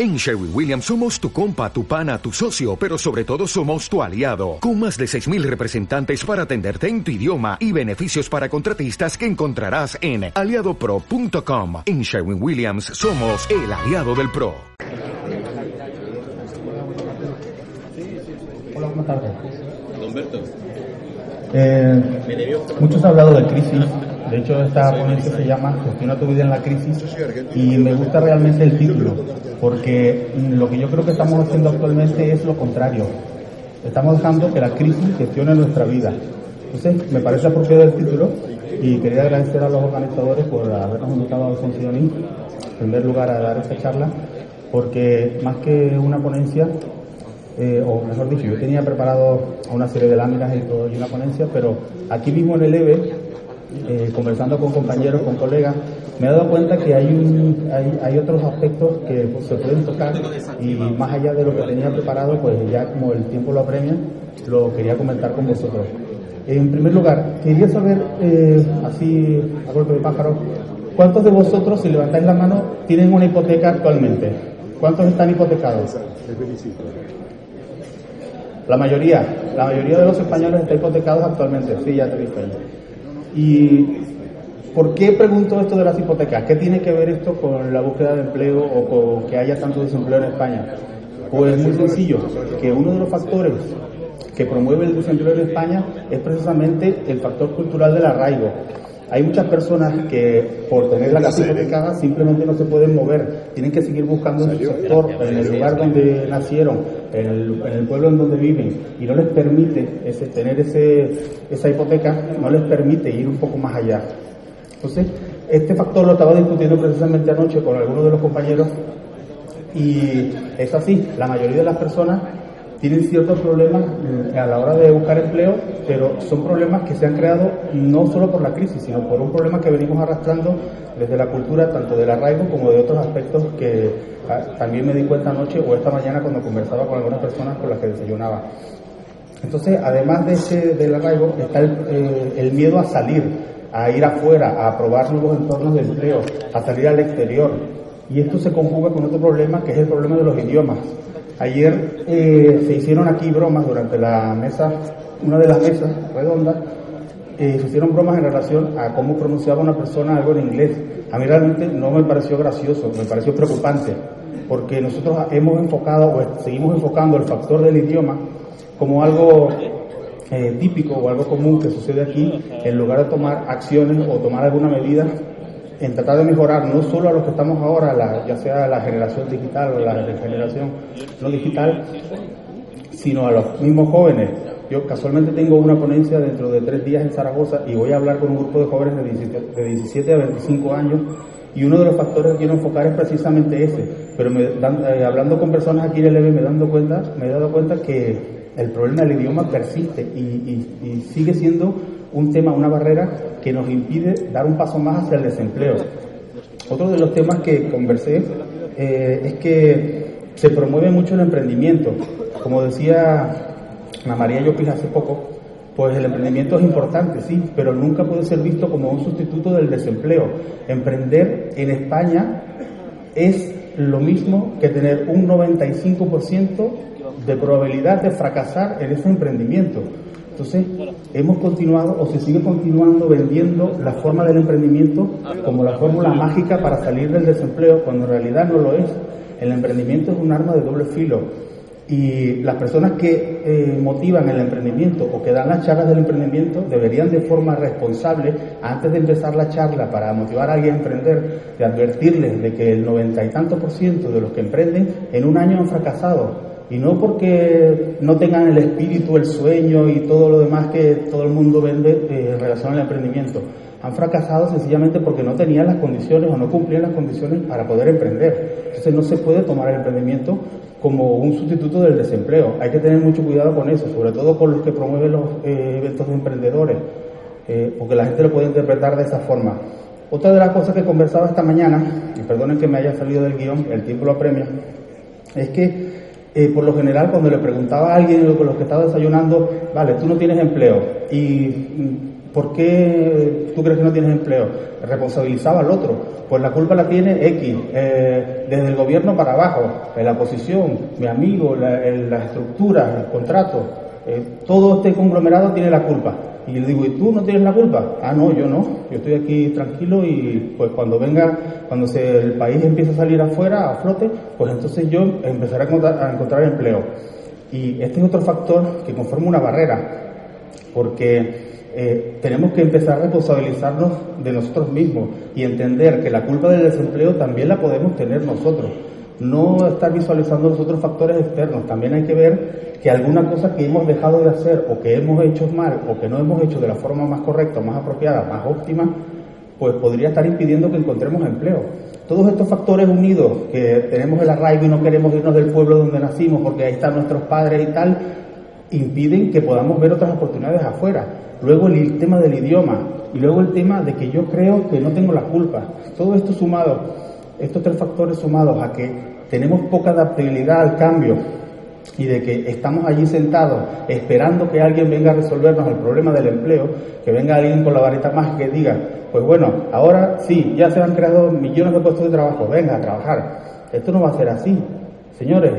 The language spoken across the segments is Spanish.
En Sherwin-Williams somos tu compa, tu pana, tu socio, pero sobre todo somos tu aliado, con más de 6,000 representantes para atenderte en tu idioma y beneficios para contratistas que encontrarás en aliadopro.com. En Sherwin-Williams somos el aliado del pro. Hola, buenas tardes. Humberto. Muchos han hablado de crisis. De hecho, esta ponencia se llama Gestiona tu vida en la crisis, y me gusta realmente el título, porque lo que yo creo que estamos haciendo actualmente es lo contrario. Estamos dejando que la crisis gestione nuestra vida. Entonces, me parece apropiado el título, y quería agradecer a los organizadores por habernos invitado a Alfonso en primer lugar a dar esta charla, porque más que una ponencia, o mejor dicho, yo tenía preparado una serie de láminas y todo y una ponencia, pero aquí mismo en el EVE, conversando con compañeros, con colegas, me he dado cuenta que hay otros aspectos que se pueden tocar, y más allá de lo que tenía preparado, pues ya como el tiempo lo apremia, lo quería comentar con vosotros. En primer lugar, quería saber, así a golpe de pájaro, ¿cuántos de vosotros, si levantáis la mano, tienen una hipoteca actualmente? ¿Cuántos están hipotecados? La mayoría de los españoles están hipotecados actualmente. Sí, ya te dije ahí. ¿Y por qué pregunto esto de las hipotecas? ¿Qué tiene que ver esto con la búsqueda de empleo o con que haya tanto desempleo en España? Pues muy sencillo, que uno de los factores que promueve el desempleo en España es precisamente el factor cultural del arraigo. Hay muchas personas que por tener la casa hipotecada simplemente no se pueden mover, tienen que seguir buscando en su sector, en el lugar donde nacieron, en el pueblo en donde viven, y no les permite tener esa hipoteca, no les permite ir un poco más allá. Entonces, este factor lo estaba discutiendo precisamente anoche con algunos de los compañeros, y es así, la mayoría de las personas tienen ciertos problemas a la hora de buscar empleo, pero son problemas que se han creado no solo por la crisis, sino por un problema que venimos arrastrando desde la cultura, tanto del arraigo como de otros aspectos que también me di cuenta anoche o esta mañana cuando conversaba con algunas personas con las que desayunaba. Entonces, además del arraigo, está el miedo a salir, a ir afuera, a probar nuevos entornos de empleo, a salir al exterior. Y esto se conjuga con otro problema, que es el problema de los idiomas. Ayer se hicieron aquí bromas durante la mesa, una de las mesas redondas, se hicieron bromas en relación a cómo pronunciaba una persona algo en inglés. A mí realmente no me pareció gracioso, me pareció preocupante, porque nosotros hemos enfocado, o seguimos enfocando el factor del idioma como algo típico o algo común que sucede aquí, en lugar de tomar acciones o tomar alguna medida en tratar de mejorar no solo a los que estamos ahora, ya sea la generación digital o la generación no digital, sino a los mismos jóvenes. Yo casualmente tengo una ponencia dentro de 3 días en Zaragoza y voy a hablar con un grupo de jóvenes de 17 a 25 años, y uno de los factores que quiero enfocar es precisamente ese. Pero hablando con personas aquí del EVE me he dado cuenta que el problema del idioma persiste y sigue siendo un tema, una barrera que nos impide dar un paso más hacia el desempleo. Otro de los temas que conversé es que se promueve mucho el emprendimiento. Como decía Ana María Llopis hace poco, pues el emprendimiento es importante, sí, pero nunca puede ser visto como un sustituto del desempleo. Emprender en España es lo mismo que tener un 95% de probabilidad de fracasar en ese emprendimiento. Entonces, hemos continuado o se sigue continuando vendiendo la forma del emprendimiento como la fórmula mágica para salir del desempleo, cuando en realidad no lo es. El emprendimiento es un arma de doble filo, y las personas que motivan el emprendimiento o que dan las charlas del emprendimiento deberían, de forma responsable, antes de empezar la charla para motivar a alguien a emprender, de advertirles de que el 90 y tanto % de los que emprenden en un año han fracasado. Y no porque no tengan el espíritu, el sueño y todo lo demás que todo el mundo vende en relación al emprendimiento. Han fracasado sencillamente porque no tenían las condiciones o no cumplían las condiciones para poder emprender. Entonces no se puede tomar el emprendimiento como un sustituto del desempleo. Hay que tener mucho cuidado con eso, sobre todo con los que promueven los eventos de emprendedores, porque la gente lo puede interpretar de esa forma. Otra de las cosas que conversaba esta mañana, y perdonen que me haya salido del guión, el tiempo lo apremia, es que por lo general, cuando le preguntaba a alguien con los que estaba desayunando, vale, tú no tienes empleo, y ¿por qué tú crees que no tienes empleo? Responsabilizaba al otro. Pues la culpa la tiene X, desde el gobierno para abajo, la oposición, mi amigo, la estructura, el contrato, todo este conglomerado tiene la culpa. Y le digo, ¿y tú no tienes la culpa? Ah, no, yo no, yo estoy aquí tranquilo y pues cuando el país empiece a salir afuera, a flote, pues entonces yo empezaré a encontrar empleo. Y este es otro factor que conforma una barrera, porque tenemos que empezar a responsabilizarnos de nosotros mismos y entender que la culpa del desempleo también la podemos tener nosotros. No estar visualizando los otros factores externos, también hay que ver que alguna cosa que hemos dejado de hacer o que hemos hecho mal o que no hemos hecho de la forma más correcta, más apropiada, más óptima, pues podría estar impidiendo que encontremos empleo. Todos estos factores unidos, que tenemos el arraigo y no queremos irnos del pueblo donde nacimos porque ahí están nuestros padres y tal, impiden que podamos ver otras oportunidades afuera. Luego el tema del idioma y luego el tema de que yo creo que no tengo la culpa. Todo esto sumado, estos tres factores sumados a que tenemos poca adaptabilidad al cambio y de que estamos allí sentados esperando que alguien venga a resolvernos el problema del empleo, que venga alguien con la varita mágica y diga, pues bueno, ahora sí, ya se han creado millones de puestos de trabajo, venga a trabajar. Esto no va a ser así. Señores,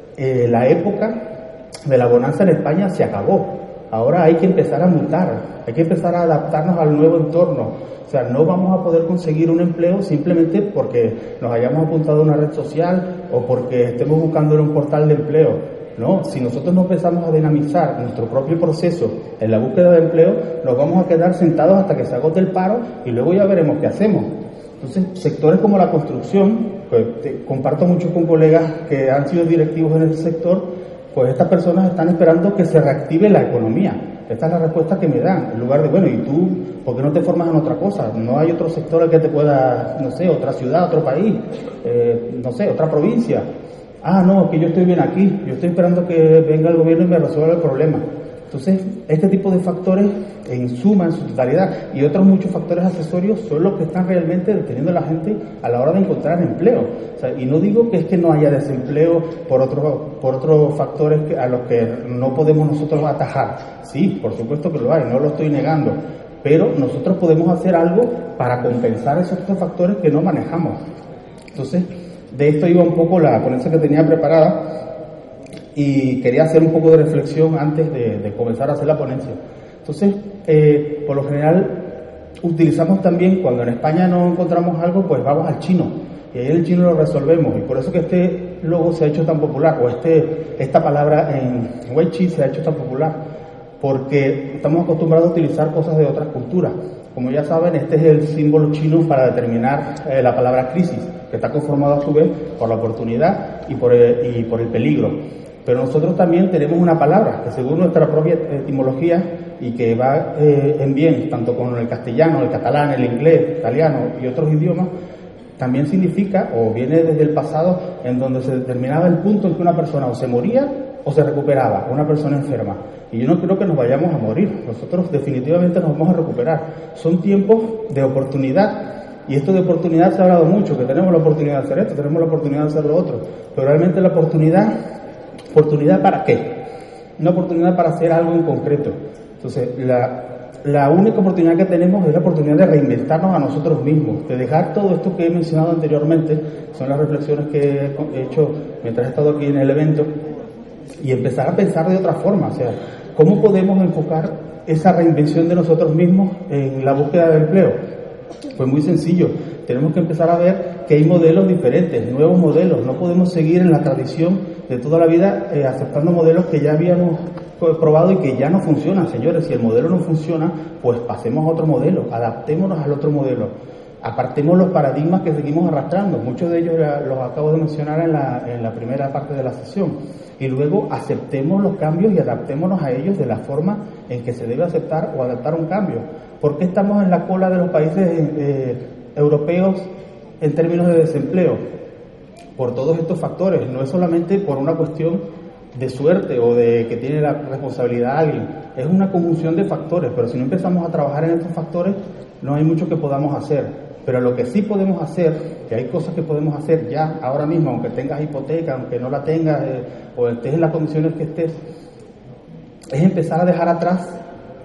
la época de la bonanza en España se acabó. Ahora hay que empezar a mutar, hay que empezar a adaptarnos al nuevo entorno. O sea, no vamos a poder conseguir un empleo simplemente porque nos hayamos apuntado a una red social o porque estemos buscando en un portal de empleo. No, si nosotros no empezamos a dinamizar nuestro propio proceso en la búsqueda de empleo, nos vamos a quedar sentados hasta que se agote el paro y luego ya veremos qué hacemos. Entonces, sectores como la construcción, pues comparto mucho con colegas que han sido directivos en ese sector, pues estas personas están esperando que se reactive la economía. Esta es la respuesta que me dan. En lugar de, bueno, ¿y tú por qué no te formas en otra cosa? No hay otro sector al que te pueda, no sé, otra ciudad, otro país, no sé, otra provincia. Ah, no, que yo estoy bien aquí. Yo estoy esperando que venga el gobierno y me resuelva el problema. Entonces, este tipo de factores, en suma, en su totalidad, y otros muchos factores accesorios, son los que están realmente deteniendo a la gente a la hora de encontrar empleo. O sea, y no digo que es que no haya desempleo por otros factores a los que no podemos nosotros atajar. Sí, por supuesto que lo hay, no lo estoy negando. Pero nosotros podemos hacer algo para compensar esos otros factores que no manejamos. Entonces, de esto iba un poco la ponencia que tenía preparada. Y quería hacer un poco de reflexión antes de comenzar a hacer la ponencia. Entonces, por lo general, utilizamos también, cuando en España no encontramos algo, pues vamos al chino. Y ahí el chino lo resolvemos. Y por eso que este logo se ha hecho tan popular, o esta palabra en Weiqi se ha hecho tan popular. Porque estamos acostumbrados a utilizar cosas de otras culturas. Como ya saben, este es el símbolo chino para determinar la palabra crisis, que está conformado a su vez por la oportunidad y por el peligro. Pero nosotros también tenemos una palabra que según nuestra propia etimología y que va en bien tanto con el castellano, el catalán, el inglés, el italiano y otros idiomas, también significa o viene desde el pasado en donde se determinaba el punto en que una persona o se moría o se recuperaba, una persona enferma. Y yo no creo que nos vayamos a morir, nosotros definitivamente nos vamos a recuperar. Son tiempos de oportunidad. Y esto de oportunidad se ha hablado mucho, que tenemos la oportunidad de hacer esto, tenemos la oportunidad de hacer lo otro. Pero realmente la ¿oportunidad para qué? Una oportunidad para hacer algo en concreto. Entonces, la única oportunidad que tenemos es la oportunidad de reinventarnos a nosotros mismos, de dejar todo esto que he mencionado anteriormente, son las reflexiones que he hecho mientras he estado aquí en el evento, y empezar a pensar de otra forma. O sea, ¿cómo podemos enfocar esa reinvención de nosotros mismos en la búsqueda de empleo? Pues muy sencillo. Tenemos que empezar a ver que hay modelos diferentes, nuevos modelos. No podemos seguir en la tradición de toda la vida aceptando modelos que ya habíamos probado y que ya no funcionan. Señores, si el modelo no funciona, pues pasemos a otro modelo, adaptémonos al otro modelo. Apartemos los paradigmas que seguimos arrastrando. Muchos de ellos los acabo de mencionar en la primera parte de la sesión. Y luego aceptemos los cambios y adaptémonos a ellos de la forma en que se debe aceptar o adaptar un cambio. ¿Por qué estamos en la cola de los países europeos en términos de desempleo? Por todos estos factores. No es solamente por una cuestión de suerte o de que tiene la responsabilidad alguien. Es una conjunción de factores, pero si no empezamos a trabajar en estos factores, no hay mucho que podamos hacer. Pero lo que sí podemos hacer, que hay cosas que podemos hacer ya, ahora mismo, aunque tengas hipoteca, aunque no la tengas, o estés en las condiciones que estés, es empezar a dejar atrás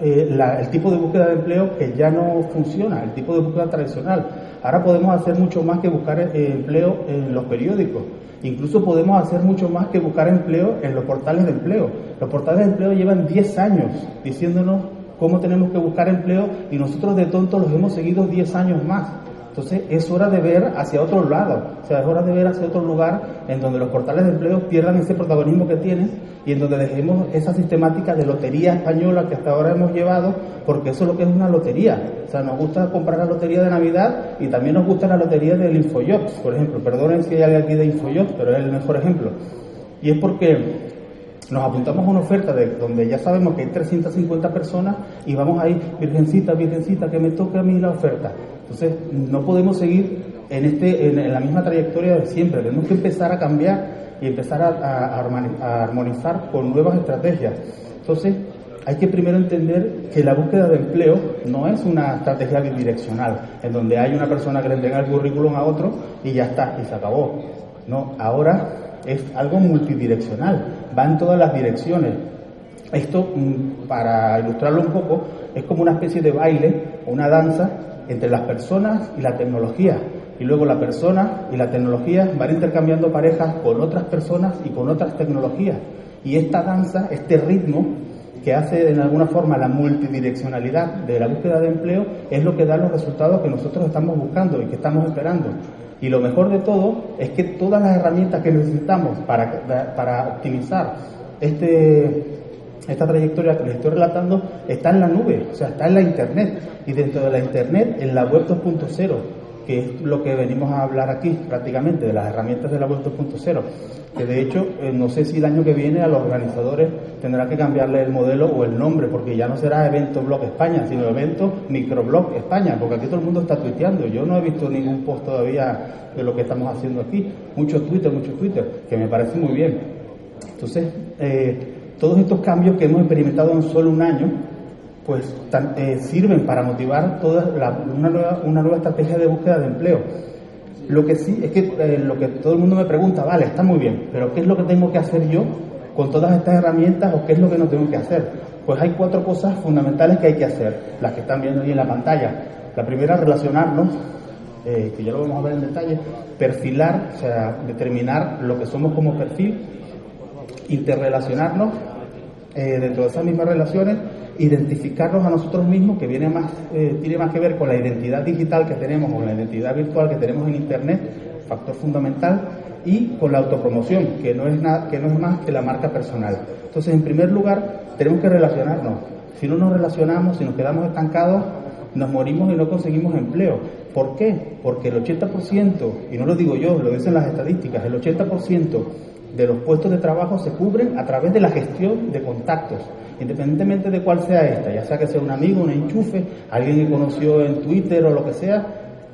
el tipo de búsqueda de empleo que ya no funciona, el tipo de búsqueda tradicional. Ahora podemos hacer mucho más que buscar empleo en los periódicos. Incluso podemos hacer mucho más que buscar empleo en los portales de empleo. Los portales de empleo llevan 10 años diciéndonos cómo tenemos que buscar empleo y nosotros de tontos los hemos seguido 10 años más. Entonces es hora de ver hacia otro lado, o sea, es hora de ver hacia otro lugar en donde los portales de empleo pierdan ese protagonismo que tienen y en donde dejemos esa sistemática de lotería española que hasta ahora hemos llevado, porque eso es lo que es una lotería. O sea, nos gusta comprar la lotería de Navidad y también nos gusta la lotería del Infojobs, por ejemplo. Perdonen si hay alguien aquí de Infojobs, pero es el mejor ejemplo. Y es porque nos apuntamos a una oferta de donde ya sabemos que hay 350 personas y vamos ahí, virgencita, que me toque a mí la oferta. Entonces, no podemos seguir en la misma trayectoria de siempre. Tenemos que empezar a cambiar y empezar a armonizar con nuevas estrategias. Entonces, hay que primero entender que la búsqueda de empleo no es una estrategia bidireccional, en donde hay una persona que le entrega el currículum a otro y ya está, y se acabó. No, ahora es algo multidireccional, va en todas las direcciones. Esto, para ilustrarlo un poco, es como una especie de baile o una danza entre las personas y la tecnología. Y luego la persona y la tecnología van intercambiando parejas con otras personas y con otras tecnologías. Y esta danza, este ritmo que hace en alguna forma la multidireccionalidad de la búsqueda de empleo, es lo que da los resultados que nosotros estamos buscando y que estamos esperando. Y lo mejor de todo es que todas las herramientas que necesitamos para optimizar esta trayectoria que les estoy relatando está en la nube, o sea, está en la Internet. Y dentro de la Internet, en la web 2.0, que es lo que venimos a hablar aquí prácticamente, de las herramientas de la web 2.0, que de hecho, no sé si el año que viene a los organizadores tendrá que cambiarle el modelo o el nombre, porque ya no será Evento Blog España, sino Evento Microblog España, porque aquí todo el mundo está tuiteando. Yo no he visto ningún post todavía de lo que estamos haciendo aquí. Mucho Twitter, que me parece muy bien. Entonces, todos estos cambios que hemos experimentado en solo un año, pues sirven para motivar una nueva estrategia de búsqueda de empleo. Lo que sí es que lo que todo el mundo me pregunta, vale, está muy bien, pero ¿qué es lo que tengo que hacer yo con todas estas herramientas o qué es lo que no tengo que hacer? Pues hay 4 cosas fundamentales que hay que hacer, las que están viendo ahí en la pantalla. La primera, relacionarnos, que ya lo vamos a ver en detalle, perfilar, o sea, determinar lo que somos como perfil, interrelacionarnos dentro de esas mismas relaciones, identificarnos a nosotros mismos, que tiene más que ver con la identidad digital que tenemos, con la identidad virtual que tenemos en Internet, factor fundamental, y con la autopromoción, que no es más que la marca personal. Entonces, en primer lugar, tenemos que relacionarnos. Si no nos relacionamos, si nos quedamos estancados, nos morimos y no conseguimos empleo. ¿Por qué? Porque el 80%, y no lo digo yo, lo dicen las estadísticas, el 80% de los puestos de trabajo se cubren a través de la gestión de contactos, independientemente de cuál sea esta, ya sea que sea un amigo, un enchufe, alguien que conoció en Twitter o lo que sea,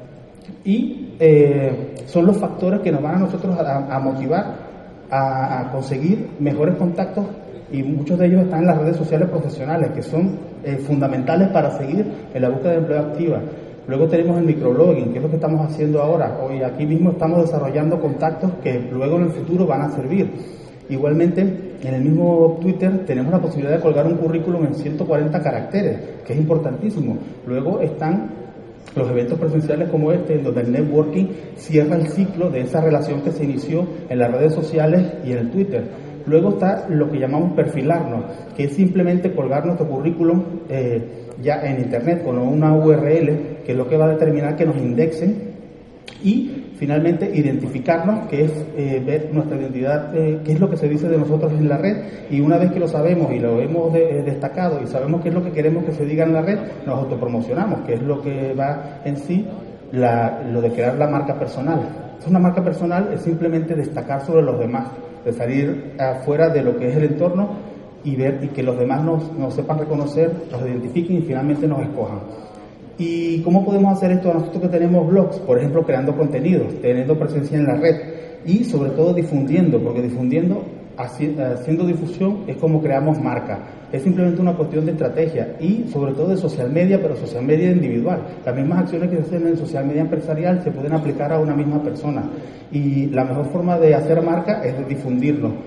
y son los factores que nos van a nosotros a motivar a conseguir mejores contactos, y muchos de ellos están en las redes sociales profesionales, que son fundamentales para seguir en la búsqueda de empleo activa. Luego tenemos el microblogging, que es lo que estamos haciendo ahora. Hoy aquí mismo estamos desarrollando contactos que luego en el futuro van a servir. Igualmente, en el mismo Twitter tenemos la posibilidad de colgar un currículum en 140 caracteres, que es importantísimo. Luego están los eventos presenciales como este, en donde el networking cierra el ciclo de esa relación que se inició en las redes sociales y en el Twitter. Luego está lo que llamamos perfilarnos, que es simplemente colgar nuestro currículum ya en Internet con una URL, que es lo que va a determinar que nos indexen, y finalmente identificarnos, que es ver nuestra identidad, qué es lo que se dice de nosotros en la red, y una vez que lo sabemos y lo hemos destacado y sabemos qué es lo que queremos que se diga en la red, nos autopromocionamos, que es lo que va en sí lo de crear la marca personal. Entonces, una marca personal es simplemente destacar sobre los demás, de salir afuera de lo que es el entorno y ver y que los demás nos sepan reconocer, nos identifiquen y finalmente nos escojan. ¿Y cómo podemos hacer esto nosotros que tenemos blogs? Por ejemplo, creando contenidos, teniendo presencia en la red y sobre todo difundiendo, porque haciendo difusión es como creamos marca. Es simplemente una cuestión de estrategia y sobre todo de social media, pero social media individual. Las mismas acciones que se hacen en social media empresarial se pueden aplicar a una misma persona, y la mejor forma de hacer marca es de difundirnos.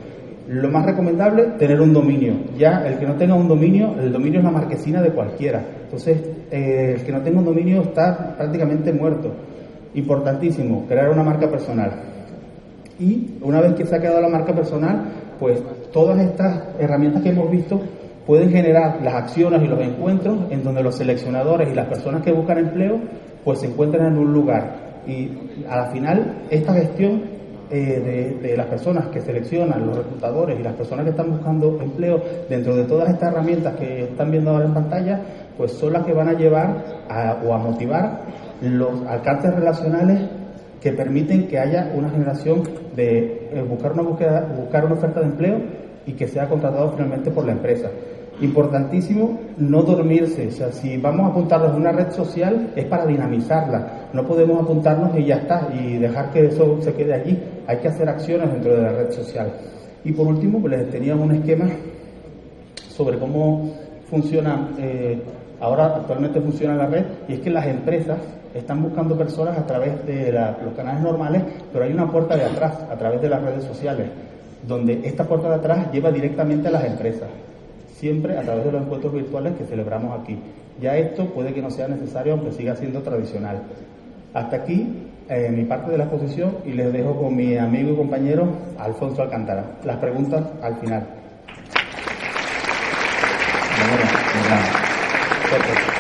Lo más recomendable, tener un dominio. Ya el que no tenga un dominio, el dominio es la marquesina de cualquiera. Entonces, el que no tenga un dominio está prácticamente muerto. Importantísimo, crear una marca personal. Y una vez que se ha creado la marca personal, pues todas estas herramientas que hemos visto pueden generar las acciones y los encuentros en donde los seleccionadores y las personas que buscan empleo pues se encuentran en un lugar. Y a la final, esta gestión de las personas que seleccionan, los reclutadores y las personas que están buscando empleo dentro de todas estas herramientas que están viendo ahora en pantalla, pues son las que van a llevar o a motivar los alcances relacionales que permiten que haya una generación de buscar una oferta de empleo y que sea contratado finalmente por la empresa. Importantísimo no dormirse, o sea, si vamos a apuntarnos a una red social es para dinamizarla, no podemos apuntarnos y ya está y dejar que eso se quede allí, hay que hacer acciones dentro de la red social. Y por último, pues les tenía un esquema sobre cómo funciona, ahora actualmente funciona la red, y es que las empresas están buscando personas a través de los canales normales, pero hay una puerta de atrás, a través de las redes sociales, donde esta puerta de atrás lleva directamente a las empresas, siempre a través de los encuentros virtuales que celebramos aquí. Ya esto puede que no sea necesario, aunque siga siendo tradicional. Hasta aquí mi parte de la exposición y les dejo con mi amigo y compañero Alfonso Alcántara. Las preguntas al final. Perfecto.